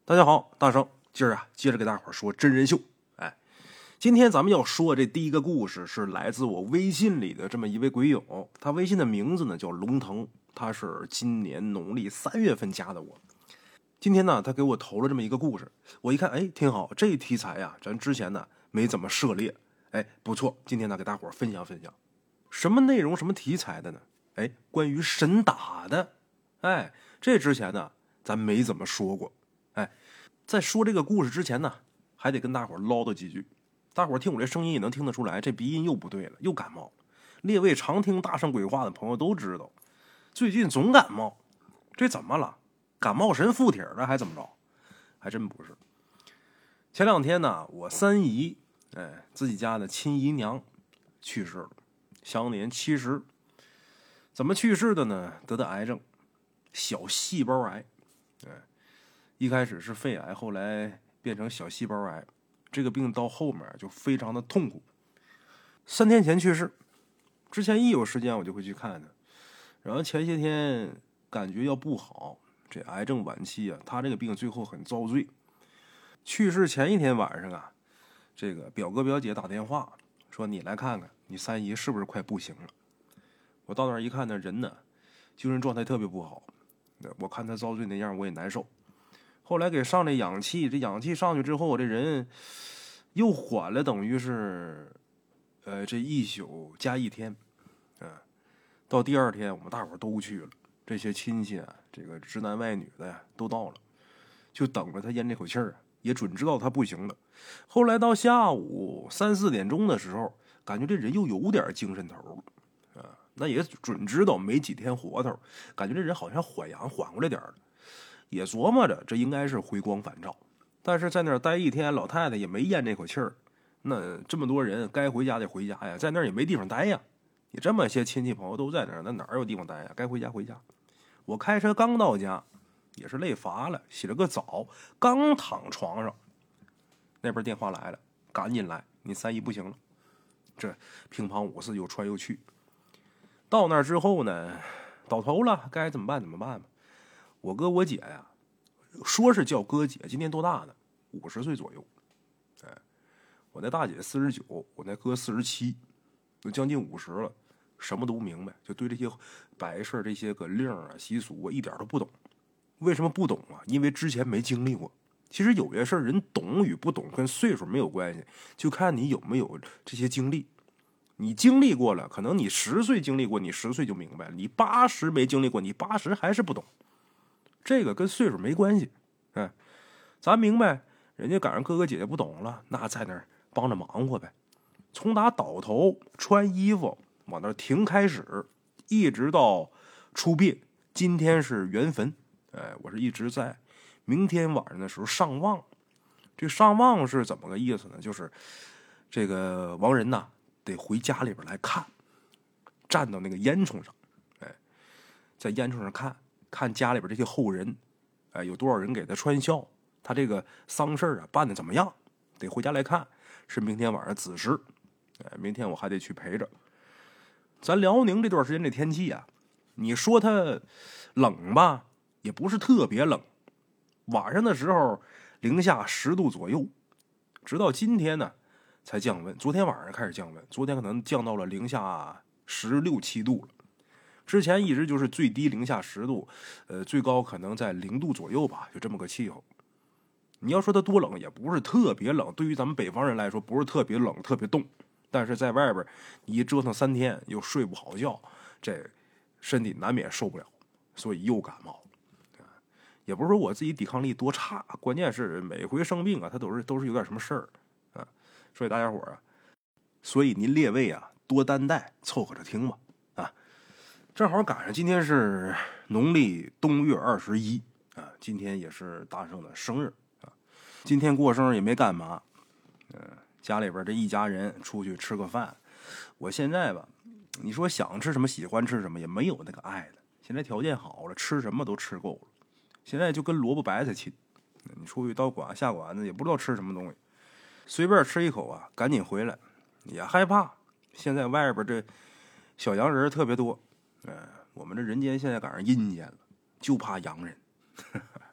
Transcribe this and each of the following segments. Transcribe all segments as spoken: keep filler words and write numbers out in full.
大家好，大圣今儿啊，接着给大伙儿说真人秀。哎，今天咱们要说这第一个故事是来自我微信里的这么一位鬼友，他微信的名字呢叫龙腾，他是今年农历三月份加的我。今天呢，他给我投了这么一个故事，我一看，哎，挺好，这题材呀，咱之前呢没怎么涉猎，哎，不错，今天呢给大伙儿分享分享，什么内容、什么题材的呢？哎，关于神打的，哎，这之前呢咱没怎么说过。哎，在说这个故事之前呢，还得跟大伙儿唠叨几句。大伙儿听我这声音也能听得出来，这鼻音又不对了，又感冒了。列位常听大圣鬼话的朋友都知道，最近总感冒，这怎么了？感冒神附体了还怎么着？还真不是。前两天呢，我三姨，哎，自己家的亲姨娘去世了，享年七十。怎么去世的呢？得的癌症，小细胞癌。哎。一开始是肺癌，后来变成小细胞癌，这个病到后面就非常的痛苦。三天前去世，之前一有时间我就会去看他，然后前些天感觉要不好，这癌症晚期啊，他这个病最后很遭罪。去世前一天晚上啊，这个表哥表姐打电话说你来看看，你三姨是不是快不行了？我到那儿一看，那人呢，精神状态特别不好，我看他遭罪那样，我也难受。后来给上这氧气，这氧气上去之后，我这人又缓了，等于是，呃，这一宿加一天，嗯、呃，到第二天我们大伙都去了，这些亲戚啊，这个直男外女的呀都到了，就等着他咽这口气儿，也准知道他不行了。后来到下午三四点钟的时候，感觉这人又有点精神头了，啊、呃，那也准知道没几天活头，感觉这人好像缓阳缓过来点了。也琢磨着这应该是回光返照，但是在那儿待一天，老太太也没咽这口气儿。那这么多人该回家得回家呀，在那儿也没地方待呀。你这么些亲戚朋友都在那儿，那哪有地方待呀？该回家回家。我开车刚到家，也是累乏了，洗了个澡，刚躺床上，那边电话来了，赶紧来，你三姨不行了。这乒乓五四又穿又去。到那儿之后呢，倒头了，该怎么办怎么办吧。我哥我姐呀，说是叫哥姐，今年多大呢？五十岁左右。哎，我那大姐四十九，我那哥四十七，都将近五十了，什么都不明白，就对这些白事这些个令啊习俗我一点都不懂。为什么不懂啊？因为之前没经历过。其实有些事人懂与不懂跟岁数没有关系，就看你有没有这些经历。你经历过了，可能你十岁经历过，你十岁就明白了；你八十没经历过，你八十还是不懂。这个跟岁数没关系，嗯，咱明白，人家赶上哥哥姐姐不懂了，那在那儿帮着忙活呗。从打倒头、穿衣服往那儿停开始，一直到出殡，今天是圆坟，哎，我是一直在。明天晚上的时候上望，这上望是怎么个意思呢？就是这个亡人呐，得回家里边来看，站到那个烟囱上，哎，在烟囱上看。看家里边这些后人，哎，有多少人给他穿孝，他这个丧事啊办的怎么样？得回家来看，是明天晚上子时，哎，明天我还得去陪着。咱辽宁这段时间这天气啊，你说它冷吧，也不是特别冷，晚上的时候零下十度左右，直到今天呢才降温。昨天晚上开始降温，昨天可能降到了零下十六七度了。之前一直就是最低零下十度，呃，最高可能在零度左右吧，就这么个气候。你要说它多冷，也不是特别冷，对于咱们北方人来说，不是特别冷、特别冻。但是在外边，你一折腾三天，又睡不好觉，这身体难免受不了，所以又感冒。也不是说我自己抵抗力多差，关键是每回生病啊，它都是都是有点什么事儿啊。所以大家伙啊，所以您列位啊，多担待，凑合着听吧。正好赶上今天是农历冬月二十一啊，今天也是大圣的生日啊。今天过生日也没干嘛，嗯、呃，家里边这一家人出去吃个饭。我现在吧，你说想吃什么喜欢吃什么也没有那个爱的。现在条件好了，吃什么都吃够了。现在就跟萝卜白菜亲，你出去到馆下馆子也不知道吃什么东西，随便吃一口啊，赶紧回来，也害怕。现在外边这小洋人特别多。呃，我们这人间现在赶上阴间了，就怕洋人。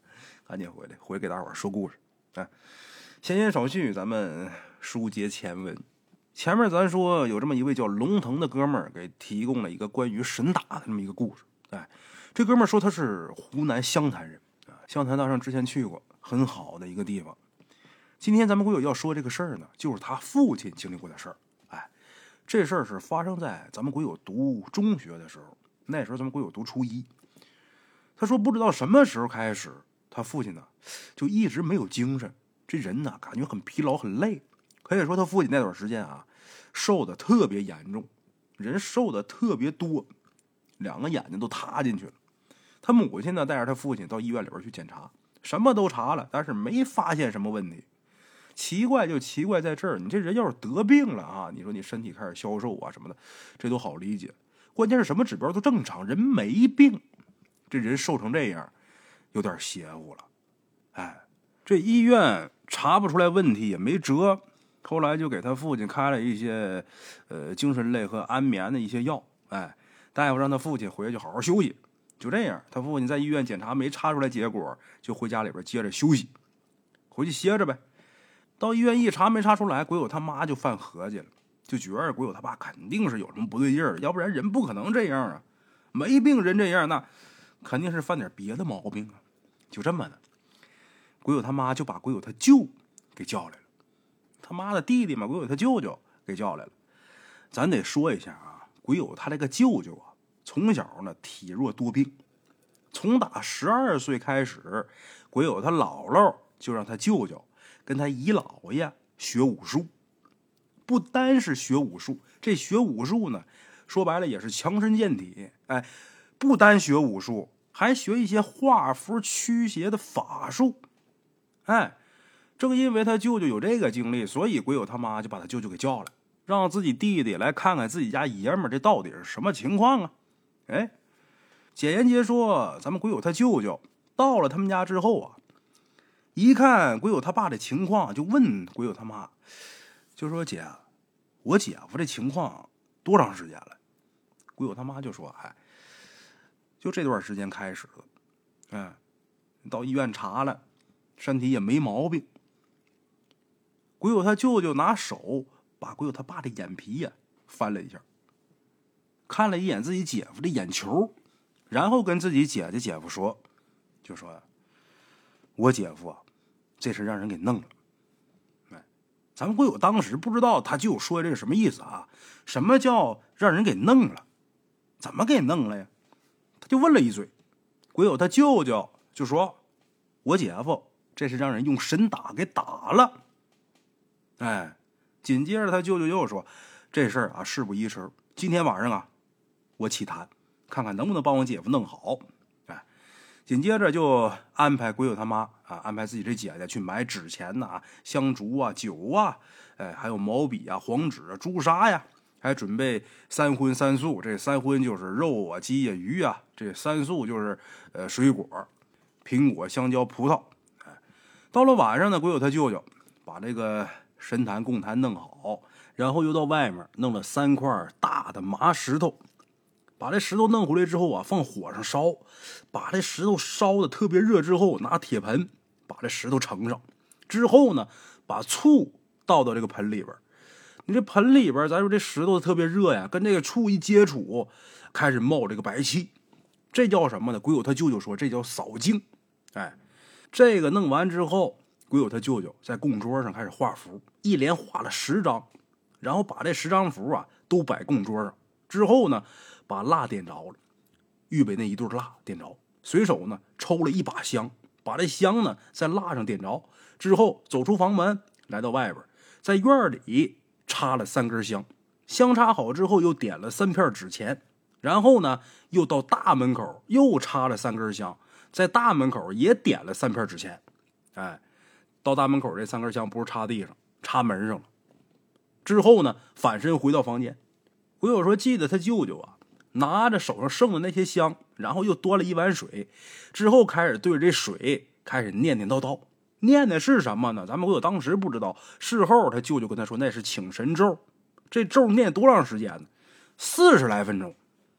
赶紧回来，回来给大伙儿说故事。哎，闲言少叙，咱们书接前文。前面咱说有这么一位叫龙腾的哥们儿，给提供了一个关于神打的这么一个故事。哎，这哥们儿说他是湖南湘潭人啊，湘潭大圣之前去过，很好的一个地方。今天咱们鬼友要说这个事儿呢，就是他父亲经历过的事儿。哎，这事儿是发生在咱们鬼友读中学的时候，那时候咱们鬼友读初一。他说不知道什么时候开始，他父亲呢就一直没有精神，这人呢感觉很疲劳很累。可以说他父亲那段时间啊瘦的特别严重，人瘦的特别多，两个眼睛都塌进去了。他母亲呢带着他父亲到医院里边去检查，什么都查了，但是没发现什么问题。奇怪就奇怪在这儿，你这人要是得病了啊，你说你身体开始消瘦啊什么的，这都好理解。关键是什么指标都正常，人没病，这人瘦成这样，有点邪乎了。哎，这医院查不出来问题也没辙，后来就给他父亲开了一些呃精神类和安眠的一些药。哎，大夫让他父亲回去好好休息。就这样，他父亲在医院检查没查出来结果，就回家里边接着休息，回去歇着呗。到医院一查没查出来，鬼友他妈就犯合计了，就觉得鬼友他爸肯定是有什么不对劲儿，要不然人不可能这样啊，没病人这样，那肯定是犯点别的毛病啊。就这么的，鬼友他妈就把鬼友他舅给叫来了，他妈的弟弟嘛，鬼友他舅舅给叫来了。咱得说一下啊，鬼友他这个舅舅啊，从小呢体弱多病，从打十二岁开始，鬼友他姥姥就让他舅舅跟他姨姥爷学武术。不单是学武术，这学武术呢说白了也是强身健体。哎，不单学武术，还学一些画符驱邪的法术。哎，正因为他舅舅有这个经历，所以鬼友他妈就把他舅舅给叫来，让自己弟弟来看看自己家爷们儿这到底是什么情况啊。哎，简言结说，咱们鬼友他舅舅到了他们家之后啊，一看鬼友他爸的情况，就问鬼友他妈，就说姐，我姐夫这情况多长时间了？鬼友他妈就说，哎，就这段时间开始了。哎，到医院查了，身体也没毛病。鬼友他舅舅拿手把鬼友他爸的眼皮呀翻了一下，看了一眼自己姐夫的眼球，然后跟自己姐姐姐夫说，就说我姐夫啊这是让人给弄了。哎，咱们鬼友当时不知道他舅说这个什么意思啊？什么叫让人给弄了？怎么给弄了呀？他就问了一嘴。鬼友他舅舅就说，我姐夫这是让人用神打给打了。哎，紧接着他舅舅又说，这事儿啊事不宜迟，今天晚上啊我起坛，看看能不能帮我姐夫弄好。哎，紧接着就安排鬼友他妈啊，安排自己这姐姐去买纸钱呐、啊、香烛啊、酒啊，哎，还有毛笔啊、黄纸啊、朱砂呀，还准备三荤三素。这三荤就是肉啊、鸡呀、鱼啊，这三素就是呃水果，苹果、香蕉、葡萄。哎，到了晚上呢，鬼友他舅舅把这个神坛供坛弄好，然后又到外面弄了三块大的麻石头，把这石头弄回来之后啊，放火上烧，把这石头烧的特别热之后，拿铁盆把这石头盛上，之后呢，把醋倒到这个盆里边。你这盆里边，咱说这石头特别热呀，跟这个醋一接触，开始冒这个白气，这叫什么呢？鬼友他舅舅说，这叫扫净。哎，这个弄完之后，鬼友他舅舅在供桌上开始画符，一连画了十张，然后把这十张符啊都摆供桌上。之后呢，把蜡点着了，预备那一对蜡点着，随手呢抽了一把香，把这香呢在蜡上点着。之后走出房门，来到外边，在院里插了三根香，香插好之后又点了三片纸钱，然后呢又到大门口又插了三根香，在大门口也点了三片纸钱。哎，到大门口这三根香不是插地上，插门上了。之后呢，反身回到房间。鬼友说，记得他舅舅啊，拿着手上剩的那些香，然后又端了一碗水，之后开始对着这水开始念念叨叨。念的是什么呢？咱们鬼友当时不知道，事后他舅舅跟他说，那是请神咒。这咒念多长时间呢？四十来分钟。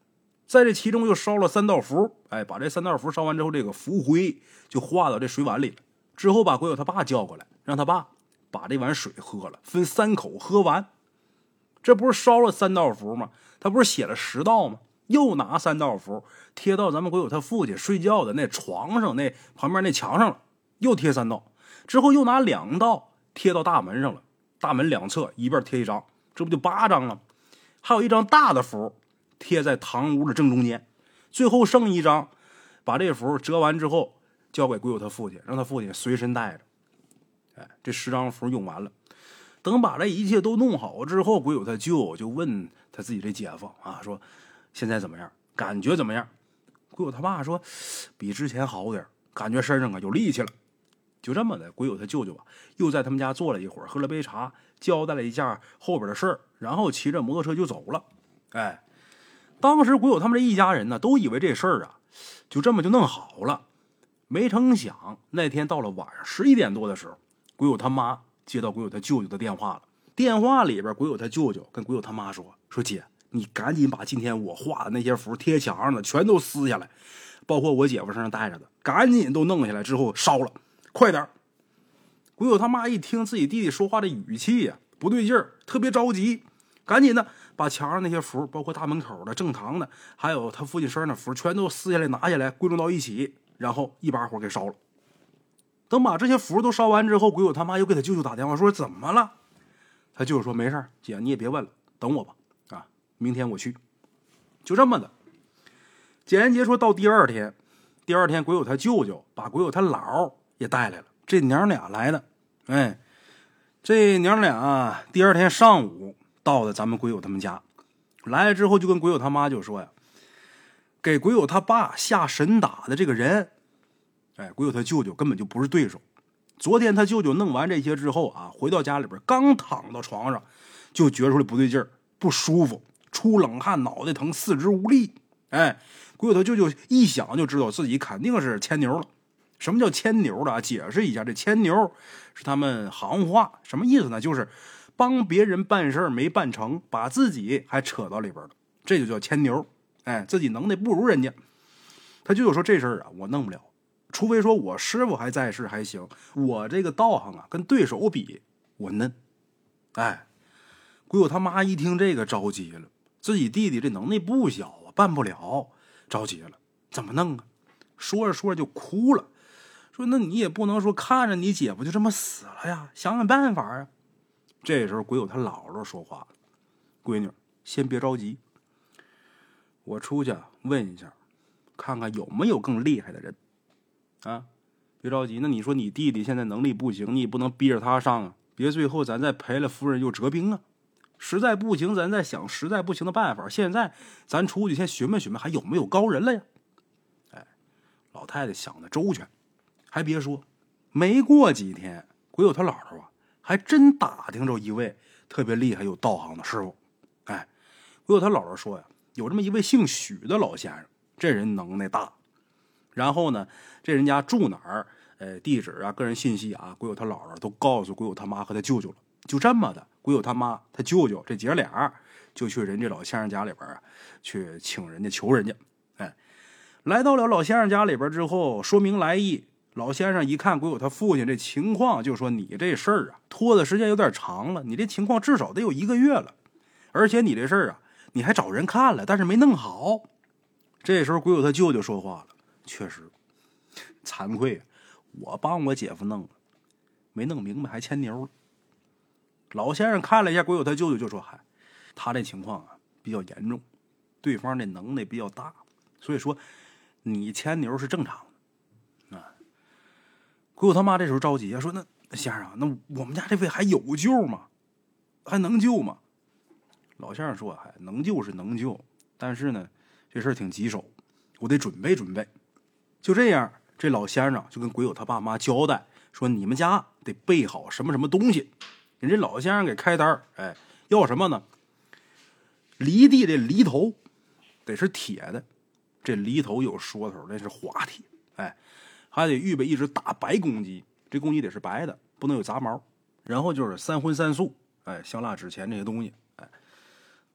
在这其中又烧了三道符，哎，把这三道符烧完之后，这个符灰就化到这水碗里了。之后把鬼友他爸叫过来，让他爸把这碗水喝了，分三口喝完。这不是烧了三道符吗？他不是写了十道吗？又拿三道符贴到咱们鬼友他父亲睡觉的那床上那旁边那墙上了，又贴三道。之后又拿两道贴到大门上了，大门两侧一边贴一张，这不就八张了？还有一张大的符贴在堂屋的正中间，最后剩一张，把这符折完之后交给鬼友他父亲，让他父亲随身带着。哎，这十张符用完了，等把这一切都弄好之后，鬼友他舅就问他自己这姐夫啊，说现在怎么样？感觉怎么样？鬼友他爸说比之前好点，感觉身上啊有力气了。就这么的，鬼友他舅舅啊又在他们家坐了一会儿，喝了杯茶，交代了一下后边的事儿，然后骑着摩托车就走了。哎，当时鬼友他们这一家人呢，都以为这事儿啊就这么就弄好了，没成想那天到了晚上十一点多的时候，鬼友他妈接到鬼友他舅舅的电话了。电话里边，鬼友他舅舅跟鬼友他妈说：“说姐，你赶紧把今天我画的那些符贴墙上的全都撕下来，包括我姐夫身上带着的，赶紧都弄下来之后烧了，快点！”鬼友他妈一听自己弟弟说话的语气呀、啊、不对劲儿，特别着急，赶紧的把墙上那些符，包括大门口的、正堂的，还有他父亲身上的符，全都撕下来拿下来，归拢到一起，然后一把火给烧了。等把这些符都烧完之后，鬼友他妈又给他舅舅打电话说怎么了？他舅舅说没事，姐你也别问了，等我吧，啊，明天我去。就这么的。简言杰说到第二天，第二天鬼友他舅舅把鬼友他姥也带来了，这娘俩来的。哎，这娘俩第二天上午到了咱们鬼友他们家，来了之后就跟鬼友他妈就说呀，给鬼友他爸下神打的这个人，哎，鬼友他舅舅根本就不是对手。昨天他舅舅弄完这些之后啊，回到家里边，刚躺到床上，就觉出来不对劲儿，不舒服，出冷汗，脑袋疼，四肢无力。哎，鬼友他舅舅一想就知道自己肯定是牵牛了。什么叫牵牛的啊？解释一下，这牵牛是他们行话，什么意思呢？就是帮别人办事没办成，把自己还扯到里边了，这就叫牵牛。哎，自己能耐不如人家。他舅舅说这事儿啊，我弄不了。除非说我师傅还在世还行，我这个道行啊跟对手比我嫩。哎，鬼友他妈一听这个着急了，自己弟弟这能耐不小啊，办不了，着急了，怎么弄啊？说着说着就哭了，说那你也不能说看着你姐夫就这么死了呀，想想办法啊。这时候鬼友他姥姥说话了，闺女先别着急，我出去问一下，看看有没有更厉害的人啊，别着急。那你说你弟弟现在能力不行，你也不能逼着他上啊，别最后咱再赔了夫人又折兵啊。实在不行，咱再想实在不行的办法。现在咱出去先询问询问，还有没有高人了呀？哎，老太太想的周全，还别说，没过几天，鬼友他姥姥啊，还真打听着一位特别厉害有道行的师傅。哎，鬼友他姥姥说呀，有这么一位姓许的老先生，这人能耐大。然后呢，这人家住哪儿，呃，地址啊、个人信息啊，鬼友他姥姥都告诉鬼友他妈和他舅舅了。就这么的，鬼友他妈、他舅舅这姐俩就去人家老先生家里边啊，去请人家求人家。哎，来到了老先生家里边之后，说明来意。老先生一看鬼友他父亲这情况，就说你这事儿啊，拖的时间有点长了，你这情况至少得有一个月了，而且你这事儿啊，你还找人看了，但是没弄好。这时候鬼友他舅舅说话了，确实惭愧，我帮我姐夫弄了，没弄明白还牵牛了。老先生看了一下鬼友他舅舅，就说：“嗨，他这情况啊比较严重，对方这能耐比较大，所以说你牵牛是正常的啊。”鬼友他妈这时候着急啊，说：“那先生，那我们家这位还有救吗？还能救吗？”老先生说：“嗨，能救是能救，但是呢，这事儿挺棘手，我得准备准备。”就这样，这老先生就跟鬼友他爸妈交代说：“你们家得备好什么什么东西。”人这老先生给开单，哎，要什么呢？犁地这犁头得是铁的，这犁头有说头，那是滑铁，哎，还得预备一只大白公鸡，这公鸡得是白的，不能有杂毛。然后就是三荤三素，哎，香辣纸钱这些东西，哎，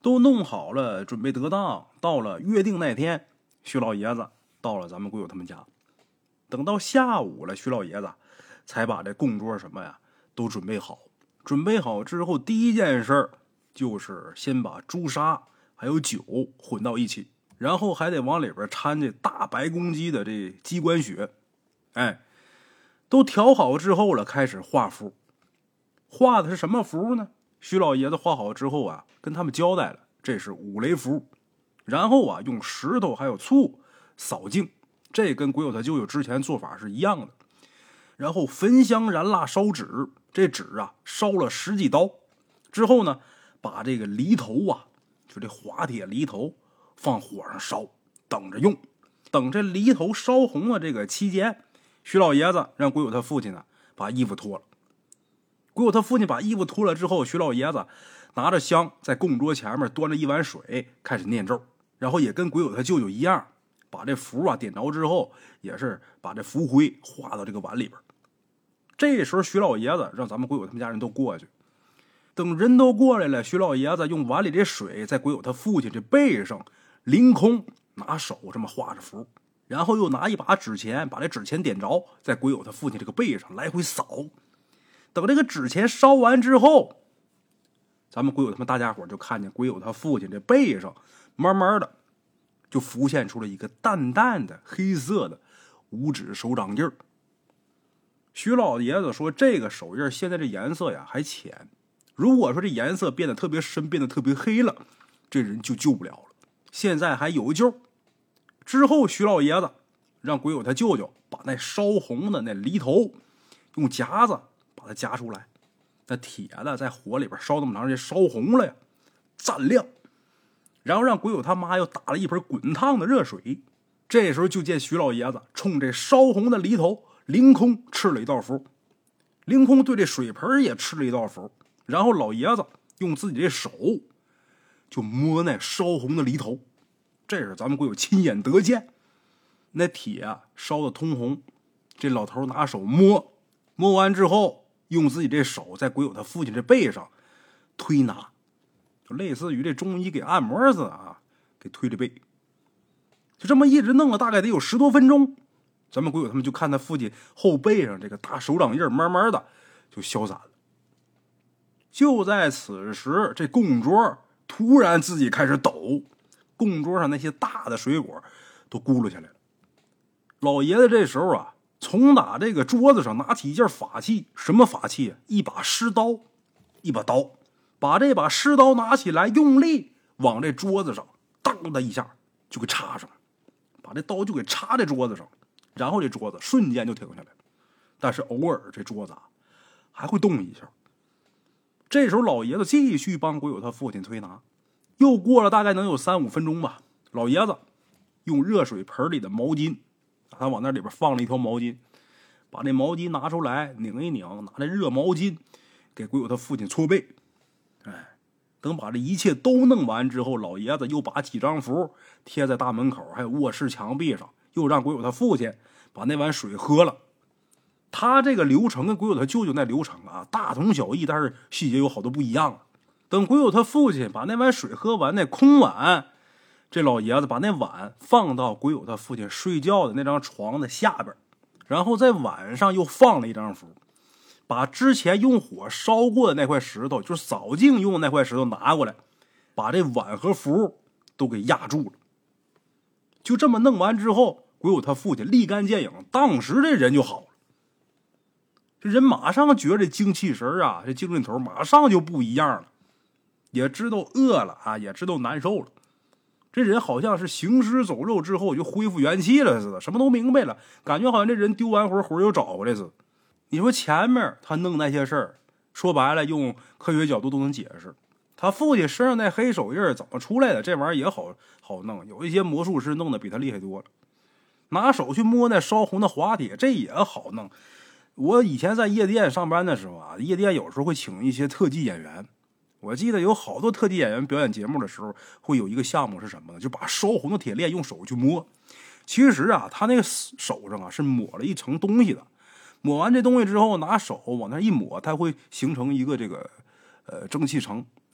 都弄好了，准备得当。到了约定那天，徐老爷子到了咱们鬼友他们家。等到下午了，徐老爷子才把这供桌什么呀都准备好。准备好之后，第一件事就是先把朱砂还有酒混到一起，然后还得往里边掺这大白公鸡的这鸡冠血。哎，都调好之后了，开始画符。画的是什么符呢？徐老爷子画好之后啊，跟他们交代了，这是五雷符。然后啊，用石头还有醋扫净，这跟鬼友他舅舅之前做法是一样的。然后焚香燃蜡烧纸，这纸啊烧了十几刀之后呢，把这个犁头啊，就这滑铁犁头放火上烧，等着用。等这犁头烧红了这个期间，徐老爷子让鬼友他父亲呢把衣服脱了。鬼友他父亲把衣服脱了之后，徐老爷子拿着香在供桌前面端着一碗水开始念咒，然后也跟鬼友他舅舅一样，把这符啊点着之后，也是把这符灰化到这个碗里边。这时候徐老爷子让咱们鬼友他们家人都过去。等人都过来了，徐老爷子用碗里这水在鬼友他父亲这背上凌空拿手这么画着符，然后又拿一把纸钱把这纸钱点着，在鬼友他父亲这个背上来回扫。等这个纸钱烧完之后，咱们鬼友他们大家伙就看见鬼友他父亲这背上慢慢的就浮现出了一个淡淡的黑色的五指手掌印儿。徐老爷子说，这个手印现在这颜色呀还浅，如果说这颜色变得特别深，变得特别黑了，这人就救不了了。现在还有救。之后徐老爷子让鬼友他舅舅把那烧红的那犁头用夹子把它夹出来，那铁的在火里边烧那么长时间，烧红了呀，蘸亮。然后让鬼友他妈又打了一盆滚烫的热水。这时候就见徐老爷子冲这烧红的犁头凌空吃了一道符，凌空对这水盆也吃了一道符。然后老爷子用自己的手就摸那烧红的犁头，这是咱们鬼友亲眼得见。那铁啊烧得通红，这老头拿手摸，摸完之后用自己这手在鬼友他父亲这背上推拿，就类似于这中医给按摩似的啊，给推着背。就这么一直弄了大概得有十多分钟，咱们鬼友他们就看他父亲后背上这个大手掌印慢慢的就消散了。就在此时，这供桌突然自己开始抖，供桌上那些大的水果都咕噜下来了。老爷子这时候啊，从打这个桌子上拿起一件法器。什么法器啊？一把尸刀，一把刀。把这把尸刀拿起来，用力往这桌子上当的一下就给插上，把这刀就给插在桌子上，然后这桌子瞬间就停下来了。但是偶尔这桌子啊还会动一下。这时候老爷子继续帮鬼友他父亲推拿。又过了大概能有三五分钟吧，老爷子用热水盆里的毛巾，他往那里边放了一条毛巾，把那毛巾拿出来拧一拧，拿那热毛巾给鬼友他父亲搓背。哎，等把这一切都弄完之后，老爷子又把几张符贴在大门口还有卧室墙壁上，又让鬼友他父亲把那碗水喝了。他这个流程跟鬼友他舅舅那流程啊大同小异，但是细节有好多不一样啊。等鬼友他父亲把那碗水喝完，那空碗，这老爷子把那碗放到鬼友他父亲睡觉的那张床的下边，然后在碗上又放了一张符，把之前用火烧过的那块石头，就是扫净用的那块石头拿过来，把这碗和符都给压住了。就这么弄完之后，鬼友他父亲立竿见影，当时这人就好了。这人马上觉得这精气神啊，这精神头马上就不一样了，也知道饿了啊，也知道难受了。这人好像是行尸走肉之后就恢复元气了似的，什么都明白了，感觉好像这人丢完魂魂又找回来似的。你说前面他弄那些事儿，说白了用科学角度都能解释。他父亲身上那黑手印怎么出来的，这玩意儿也好好弄，有一些魔术师弄得比他厉害多了。拿手去摸那烧红的滑铁，这也好弄。我以前在夜店上班的时候啊，夜店有时候会请一些特技演员。我记得有好多特技演员表演节目的时候，会有一个项目是什么呢？就把烧红的铁链用手去摸。其实啊，他那个手上啊是抹了一层东西的。抹完这东西之后，拿手往那一抹，它会形成一个这个呃蒸汽层。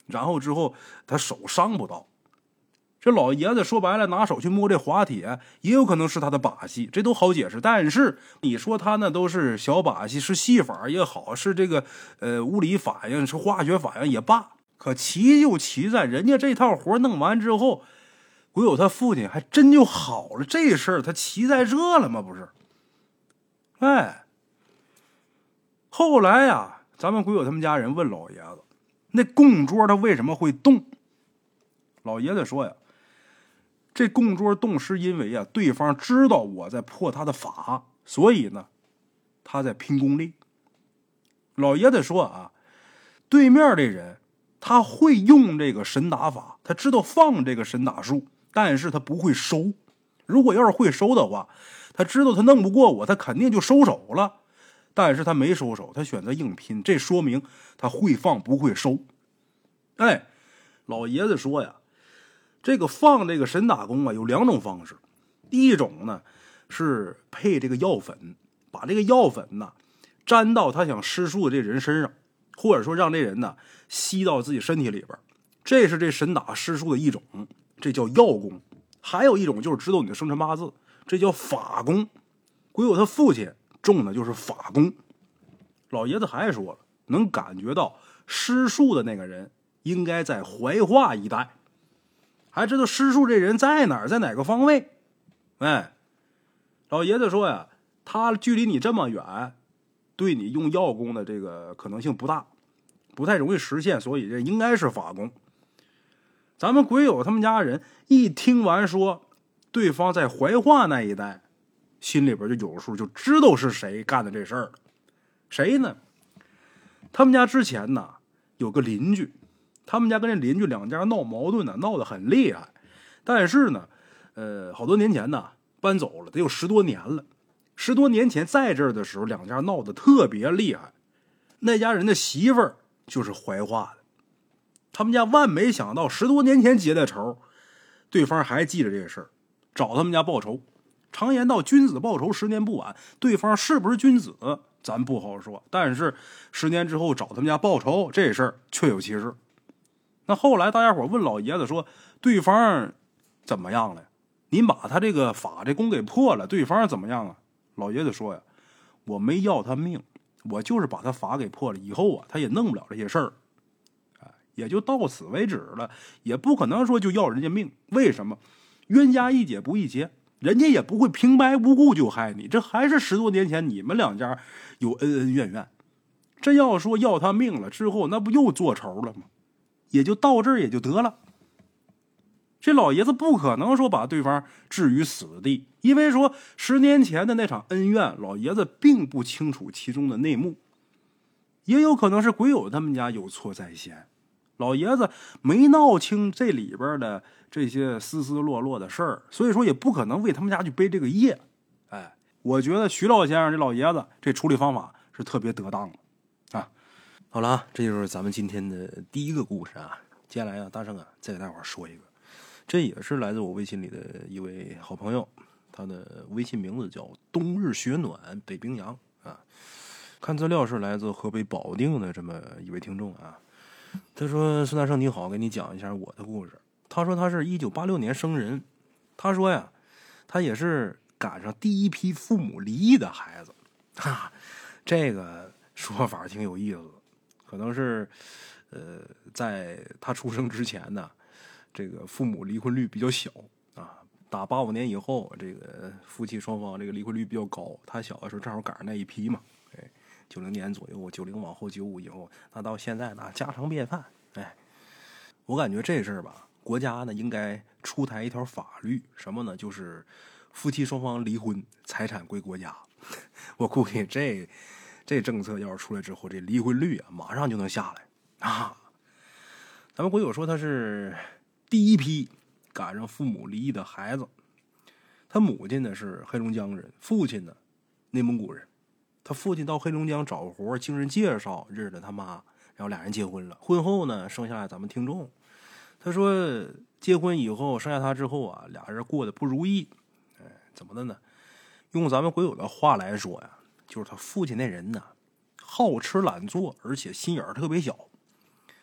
然后之后他手伤不到。这老爷子说白了，拿手去摸这滑铁，也有可能是他的把戏，这都好解释。但是你说他那都是小把戏，是戏法也好，是这个呃物理反应，是化学反应也罢，可奇就奇在人家这套活弄完之后，鬼友他父亲还真就好了。这事儿他奇在这了吗？不是？哎，后来呀，咱们鬼友他们家人问老爷子，那供桌他为什么会动？老爷子说呀，这供桌动是因为啊，对方知道我在破他的法，所以呢，他在拼功力。老爷子说啊，对面这人他会用这个神打法，他知道放这个神打术，但是他不会收。如果要是会收的话，他知道他弄不过我，他肯定就收手了。但是他没收手，他选择硬拼，这说明他会放不会收。哎，老爷子说呀，这个放这个神打功啊有两种方式。第一种呢是配这个药粉，把这个药粉呢沾到他想施术的这人身上，或者说让这人呢吸到自己身体里边，这是这神打施术的一种，这叫药功。还有一种就是知道你的生辰八字，这叫法功。鬼友他父亲中的就是法功。老爷子还说了，能感觉到施术的那个人应该在怀化一带，还知道施术这人在哪儿，在哪个方位。哎，老爷子说呀，他距离你这么远，对你用药功的这个可能性不大，不太容易实现，所以这应该是法功。咱们鬼友他们家人一听完说对方在怀化那一带，心里边就有数，就知道是谁干的这事儿了。谁呢？他们家之前呢有个邻居，他们家跟这邻居两家闹矛盾呢，闹得很厉害。但是呢，呃，好多年前呢搬走了，得有十多年了。十多年前在这儿的时候，两家闹得特别厉害。那家人的媳妇儿就是怀化的。他们家万没想到，十多年前结的仇，对方还记着这个事儿，找他们家报仇。常言道，君子报仇，十年不晚。对方是不是君子，咱不好说。但是十年之后找他们家报仇，这事儿确有其事。那后来大家伙问老爷子说，对方怎么样了？您把他这个法这功给破了，对方怎么样啊？老爷子说呀，我没要他命，我就是把他法给破了，以后啊，他也弄不了这些事儿。也就到此为止了，也不可能说就要人家命。为什么？冤家宜解不宜结，人家也不会平白无故就害你，这还是十多年前你们两家有恩恩怨怨。真要说要他命了之后，那不又做仇了吗？也就到这儿也就得了。这老爷子不可能说把对方置于死地，因为说十年前的那场恩怨，老爷子并不清楚其中的内幕，也有可能是鬼友他们家有错在先。老爷子没闹清这里边的这些丝丝落落的事儿，所以说也不可能为他们家去背这个业。哎，我觉得徐老先生这老爷子这处理方法是特别得当的啊。好了啊，这就是咱们今天的第一个故事啊。接下来啊，大圣啊再给大伙儿说一个，这也是来自我微信里的一位好朋友，他的微信名字叫冬日雪暖北冰洋啊。看资料是来自河北保定的这么一位听众啊。他说，孙大圣你好，给你讲一下我的故事。他说他是一九八六年生人，他说呀，他也是赶上第一批父母离异的孩子。哈，这个说法挺有意思的，可能是呃，在他出生之前呢，这个父母离婚率比较小啊。打八五年以后，这个夫妻双方这个离婚率比较高。他小的时候正好赶上那一批嘛，哎。九零年左右，九零往后，九五以后，那到现在呢，家常便饭。哎，我感觉这事儿吧，国家呢应该出台一条法律，什么呢？就是夫妻双方离婚，财产归国家。我估计这这政策要是出来之后，这离婚率啊，马上就能下来啊。咱们国友说他是第一批赶上父母离异的孩子，他母亲呢是黑龙江人，父亲呢内蒙古人。他父亲到黑龙江找活，经人介绍认识了他妈，然后俩人结婚了。婚后呢，生下来咱们听众，他说结婚以后生下他之后啊，俩人过得不如意。哎，怎么的呢？用咱们鬼友的话来说呀，就是他父亲那人呢，好吃懒做，而且心眼儿特别小。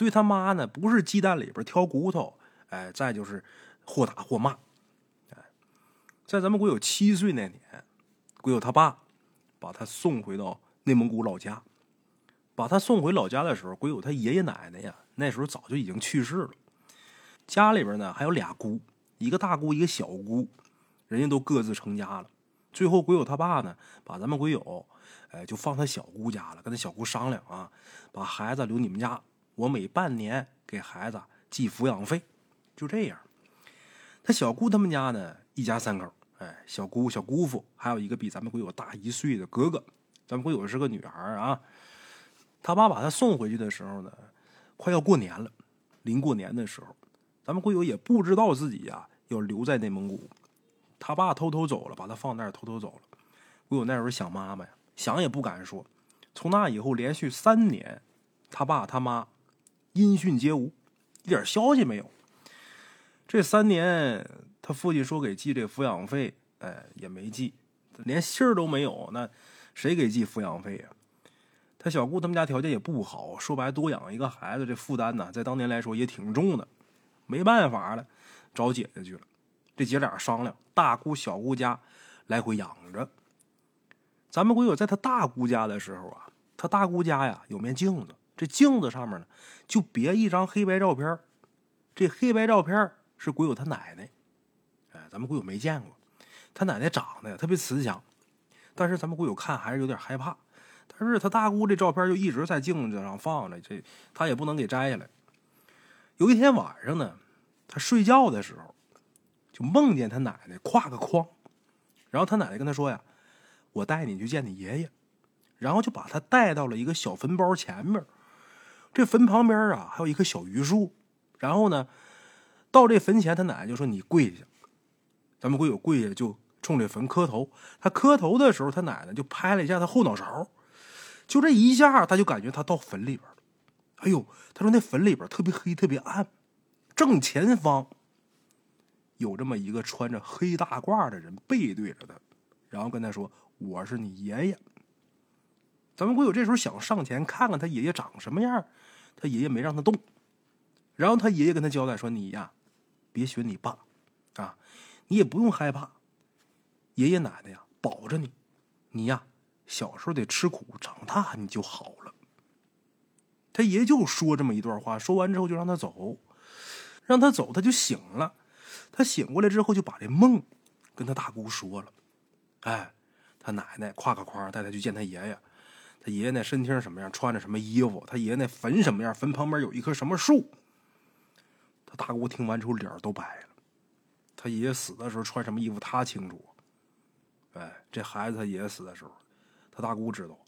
对他妈呢，不是鸡蛋里边挑骨头，哎，再就是或打或骂。哎，在咱们鬼友七岁那年，鬼友他爸把他送回到内蒙古老家。把他送回老家的时候，鬼友他爷爷奶奶呀，那时候早就已经去世了。家里边呢还有俩姑，一个大姑，一个小姑，人家都各自成家了。最后鬼友他爸呢，把咱们鬼友，哎，就放他小姑家了，跟他小姑商量啊，把孩子留你们家，我每半年给孩子寄抚养费，就这样。他小姑他们家呢，一家三口，哎，小姑、小姑父，还有一个比咱们鬼友大一岁的哥哥。咱们鬼友是个女孩啊。他爸把他送回去的时候呢，快要过年了。临过年的时候，咱们鬼友也不知道自己呀、啊、要留在内蒙古。他爸偷偷走了，把他放那儿偷偷走了。鬼友那时候想妈妈呀，想也不敢说。从那以后连续三年，他爸他妈音讯皆无，一点消息没有。这三年，他父亲说给寄这抚养费，哎，也没寄，连信儿都没有。那谁给寄抚养费呀？他小姑他们家条件也不好，说白多养一个孩子，这负担呢，在当年来说也挺重的。没办法了，找姐姐去了。这姐俩商量，大姑小姑家来回养着。咱们鬼友在他大姑家的时候啊，他大姑家呀有面镜子，这镜子上面呢就别一张黑白照片。这黑白照片是鬼友他奶奶，哎，咱们鬼友没见过。他奶奶长得呀特别慈祥，但是咱们鬼友看还是有点害怕。但是他大姑这照片就一直在镜子上放着，这他也不能给摘下来。有一天晚上呢，他睡觉的时候就梦见他奶奶挎个筐，然后他奶奶跟他说呀，我带你去见你爷爷。然后就把他带到了一个小坟包前面，这坟旁边啊还有一棵小榆树。然后呢到这坟前，他奶奶就说你跪下。咱们鬼友跪下就冲这坟磕头。他磕头的时候，他奶奶就拍了一下他后脑勺，就这一下他就感觉他到坟里边了。哎呦，他说那坟里边特别黑特别暗，正前方有这么一个穿着黑大褂的人背对着他，然后跟他说我是你爷爷。咱们鬼友这时候想上前看看他爷爷长什么样，他爷爷没让他动。然后他爷爷跟他交代说，你呀别学你爸啊，你也不用害怕，爷爷奶奶呀保着你，你呀小时候得吃苦，长大你就好了。他爷就说这么一段话，说完之后就让他走。让他走他就醒了。他醒过来之后就把这梦跟他大姑说了。哎，他奶奶挎个筐带他去见他爷爷。他爷爷那身体什么样，穿着什么衣服，他爷爷那坟什么样，坟旁边有一棵什么树。他大姑听完之后脸都白了。他爷爷死的时候穿什么衣服他清楚。哎，这孩子他爷爷死的时候，他大姑知道。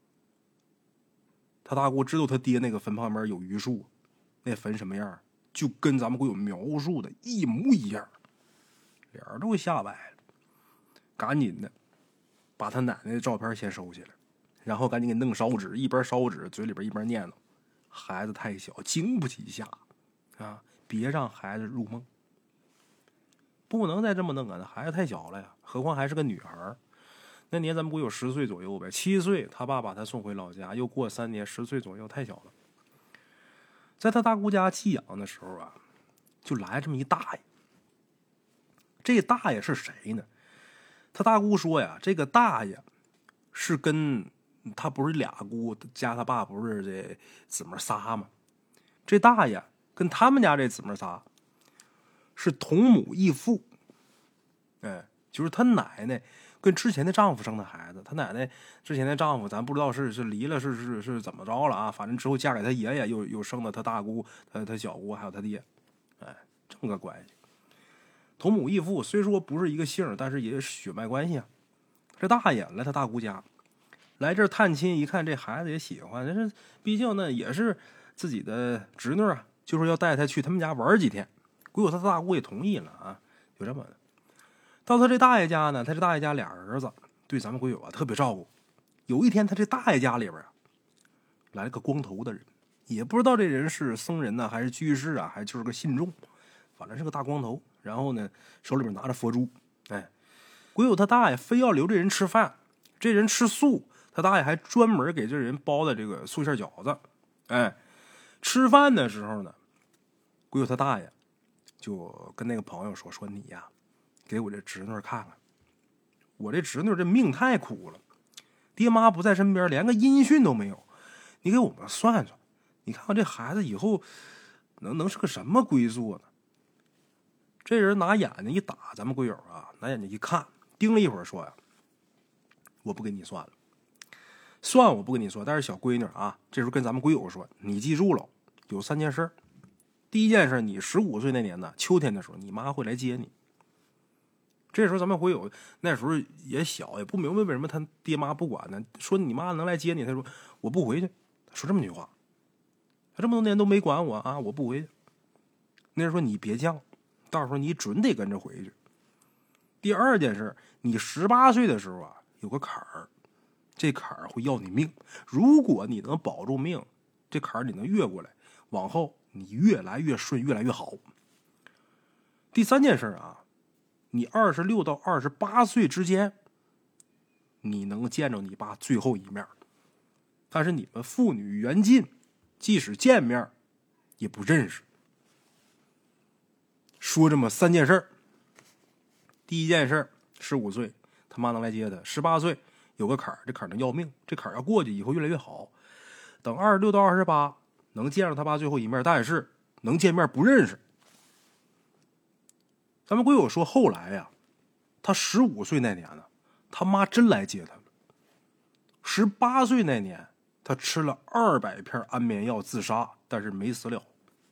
他大姑知道他爹那个坟旁边有榆树，那坟什么样，就跟咱们鬼友描述的一模一样，脸都吓白了。赶紧的把他奶奶的照片先收起来，然后赶紧给弄烧纸，一边烧纸嘴里边一边念叨，孩子太小经不起吓啊，别让孩子入梦，不能再这么弄啊，孩子太小了呀，何况还是个女孩。那年咱们不有十岁左右呗，七岁他爸把他送回老家，又过三年，十岁左右太小了。在他大姑家寄养的时候啊，就来这么一大爷。这大爷是谁呢？他大姑说呀，这个大爷是跟他不是俩姑家，他爸不是这姊妹仨吗？这大爷跟他们家这姊妹仨是同母异父。哎，就是他奶奶跟之前的丈夫生的孩子，他奶奶之前的丈夫咱不知道是是离了是是是怎么着了啊？反正之后嫁给他爷爷，又又生了他大姑、他他小姑还有他爹，哎，这么个关系。同母异父，虽说不是一个姓，但是也是血脉关系啊。这大爷来他大姑家，来这儿探亲，一看这孩子也喜欢，这是毕竟呢也是自己的侄女啊，就说要带他去他们家玩几天。鬼友他大姑也同意了啊，就这么的。到他这大爷家呢，他这大爷家俩儿子对咱们鬼友啊特别照顾。有一天他这大爷家里边啊来了个光头的人，也不知道这人是僧人呢、啊、还是居士啊，还就是个信众，反正是个大光头。然后呢手里边拿着佛珠。哎，鬼友他大爷非要留这人吃饭，这人吃素，他大爷还专门给这人包的这个素馅饺子。哎， 吃饭的时候呢，鬼友他大爷就跟那个朋友说：“说你呀，给我这侄女看看，我这侄女这命太苦了，爹妈不在身边，连个音讯都没有。你给我们算算，你看看这孩子以后能能是个什么归宿呢？”这人拿眼睛一打咱们鬼友啊，拿眼睛一看，盯了一会儿，说呀：“我不给你算了，算我不跟你说，但是小闺女啊，这时候跟咱们鬼友说，你记住了，有三件事。第一件事，你十五岁那年呢，秋天的时候，你妈会来接你。这时候咱们鬼友那时候也小，也不明白为什么他爹妈不管呢，说你妈能来接你，他说我不回去，说这么句话，他这么多年都没管我啊，我不回去。那人说你别犟，到时候你准得跟着回去。第二件事，你十八岁的时候啊，有个坎儿，这坎儿会要你命。如果你能保住命，这坎儿你能越过来，往后你越来越顺，越来越好。第三件事啊，你二十六到二十八岁之间，你能见着你爸最后一面，但是你们父女缘尽，即使见面也不认识。说这么三件事。第一件事，十五岁他妈能来接他，十八岁有个坎儿，这坎儿能要命，这坎儿要过去以后越来越好。等二十六到二十八能见着他爸最后一面，但是能见面不认识。咱们鬼友说后来呀、啊，他十五岁那年呢，他妈真来接他了。十八岁那年，他吃了二百片安眠药自杀，但是没死了。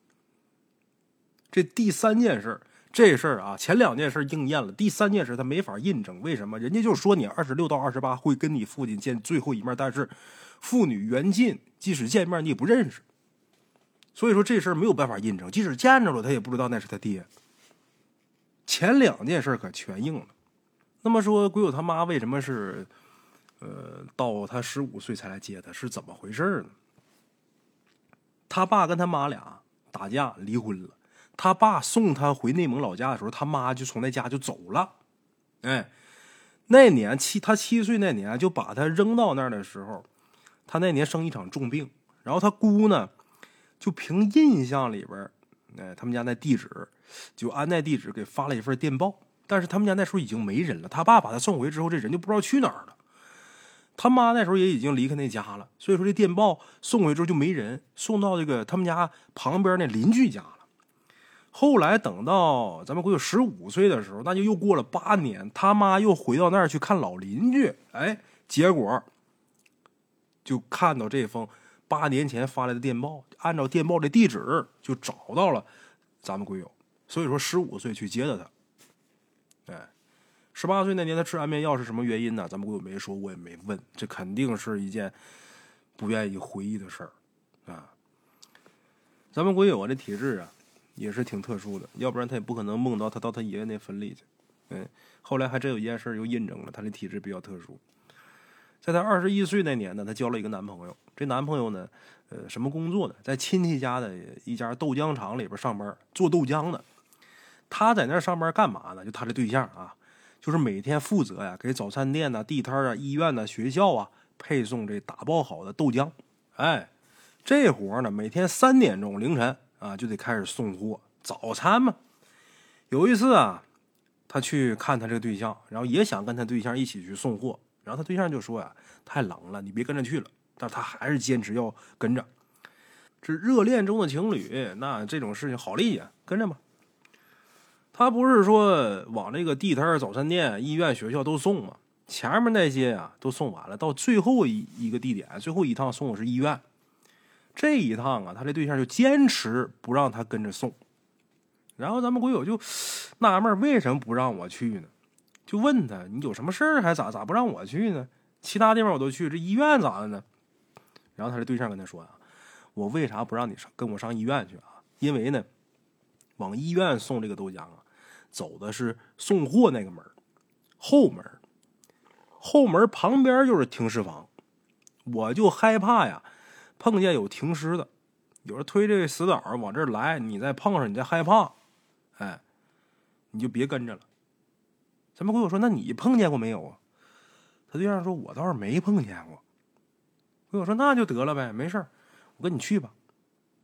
这第三件事，这事儿啊，前两件事应验了，第三件事他没法印证。为什么？人家就说你二十六到二十八会跟你父亲见最后一面，但是父女缘尽，即使见面你也不认识。所以说这事儿没有办法印证，即使见着了，他也不知道那是他爹。前两件事可全应了。那么说鬼友他妈为什么是呃到他十五岁才来接他，是怎么回事呢？他爸跟他妈俩打架离婚了，他爸送他回内蒙老家的时候，他妈就从那家就走了。哎，那年七他七岁那年就把他扔到那儿的时候，他那年生一场重病，然后他姑呢就凭印象里边，哎，他们家那地址就按那地址给发了一份电报，但是他们家那时候已经没人了，他爸把他送回之后，这人就不知道去哪儿了。他妈那时候也已经离开那家了，所以说这电报送回之后就没人，送到这个他们家旁边那邻居家了。后来等到咱们鬼友十五岁的时候，那就又过了八年，他妈又回到那儿去看老邻居，哎，结果就看到这封八年前发来的电报，按照电报的地址就找到了咱们鬼友，所以说十五岁去接的他。哎，十八岁那年他吃安眠药是什么原因呢？咱们鬼友没说，我也没问，这肯定是一件不愿意回忆的事儿啊。咱们鬼友啊，这体质啊也是挺特殊的，要不然他也不可能梦到他到他爷爷那坟里去。嗯，后来还真有一件事又印证了他的体质比较特殊。在他二十一岁那年呢，他交了一个男朋友。这男朋友呢，呃，什么工作呢？在亲戚家的一家豆浆厂里边上班，做豆浆的。他在那儿上班干嘛呢？就他的对象啊，就是每天负责呀，给早餐店呐、地摊啊、医院呐、学校啊配送这打包好的豆浆。哎，这活呢，每天三点钟凌晨啊就得开始送货，早餐嘛。有一次啊，他去看他这个对象，然后也想跟他对象一起去送货。然后他对象就说呀、啊，太冷了，你别跟着去了。但是他还是坚持要跟着。这热恋中的情侣，那这种事情好理解，跟着吧。他不是说往这个地摊、早餐店、医院、学校都送吗？前面那些啊都送完了，到最后一一个地点，最后一趟送的是医院。这一趟啊，他这对象就坚持不让他跟着送。然后咱们鬼友就纳闷，为什么不让我去呢？就问他，你有什么事儿还咋咋不让我去呢？其他地方我都去，这医院咋的呢？然后他的对象跟他说啊，我为啥不让你上跟我上医院去啊？因为呢，往医院送这个豆浆啊，走的是送货那个门，后门，后门旁边就是停尸房，我就害怕呀，碰见有停尸的，有人推这个死岛往这儿来，你再碰上，你再害怕，哎，你就别跟着了。咱们鬼友说，那你碰见过没有啊？他对象说，我倒是没碰见过。鬼友说，那就得了呗，没事儿，我跟你去吧。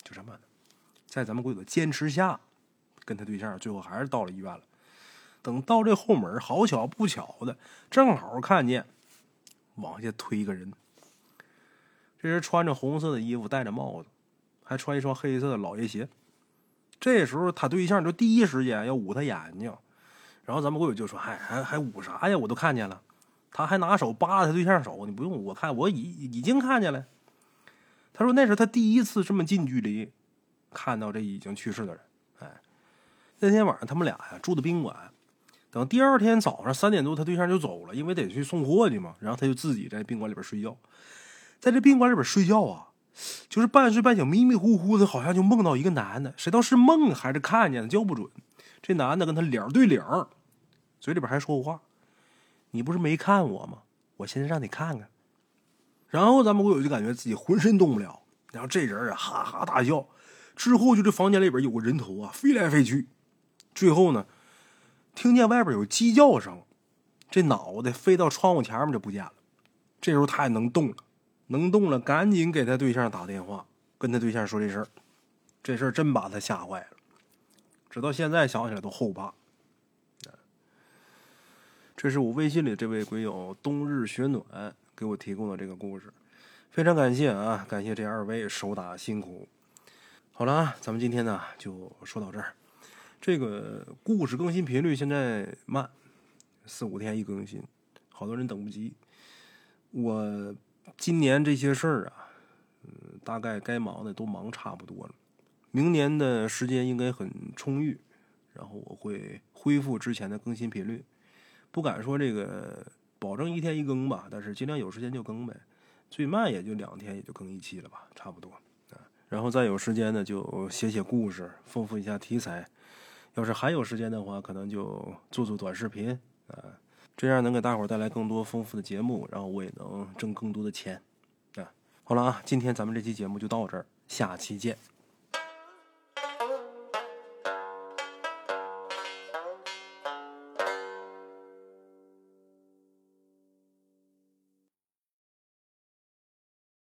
就这么的，在咱们鬼友的坚持下，跟他对象最后还是到了医院了。等到这后门，好巧不巧的，正好看见往下推一个人。这人穿着红色的衣服，戴着帽子，还穿一双黑色的老爷鞋。这时候他对象就第一时间要捂他眼睛，然后咱们鬼友就说：“还还还捂啥呀？我都看见了。”他还拿手扒拉他对象手：“你不用，我看我已已经看见了。”他说那是他第一次这么近距离看到这已经去世的人。哎，那天晚上他们俩呀住的宾馆。等第二天早上三点多，他对象就走了，因为得去送货去嘛。然后他就自己在宾馆里边睡觉，在这宾馆里边睡觉啊，就是半睡半醒，迷迷糊糊的，好像就梦到一个男的，谁道是梦还是看见的，叫不准。这男的跟他脸对脸，嘴里边还说话：“你不是没看我吗？我现在让你看看。”然后咱们鬼友就感觉自己浑身动不了，然后这人啊哈哈大笑。之后就这房间里边有个人头啊飞来飞去，最后呢。听见外边有鸡叫声，这脑袋飞到窗户前面就不见了。这时候他也能动了，能动了，赶紧给他对象打电话，跟他对象说这事儿。这事儿真把他吓坏了，直到现在想起来都后怕。这是我微信里这位鬼友冬日雪暖给我提供的这个故事，非常感谢啊，感谢这二位手打辛苦。好了啊，咱们今天呢就说到这儿。这个故事更新频率现在慢，四五天一更新，好多人等不及。我今年这些事儿啊，嗯，大概该忙的都忙差不多了。明年的时间应该很充裕，然后我会恢复之前的更新频率。不敢说这个保证一天一更吧，但是尽量有时间就更呗，最慢也就两天也就更一期了吧，差不多。然后再有时间呢，就写写故事，丰富一下题材。要是还有时间的话，可能就做做短视频啊，这样能给大伙儿带来更多丰富的节目，然后我也能挣更多的钱啊。好了啊，今天咱们这期节目就到这儿，下期见。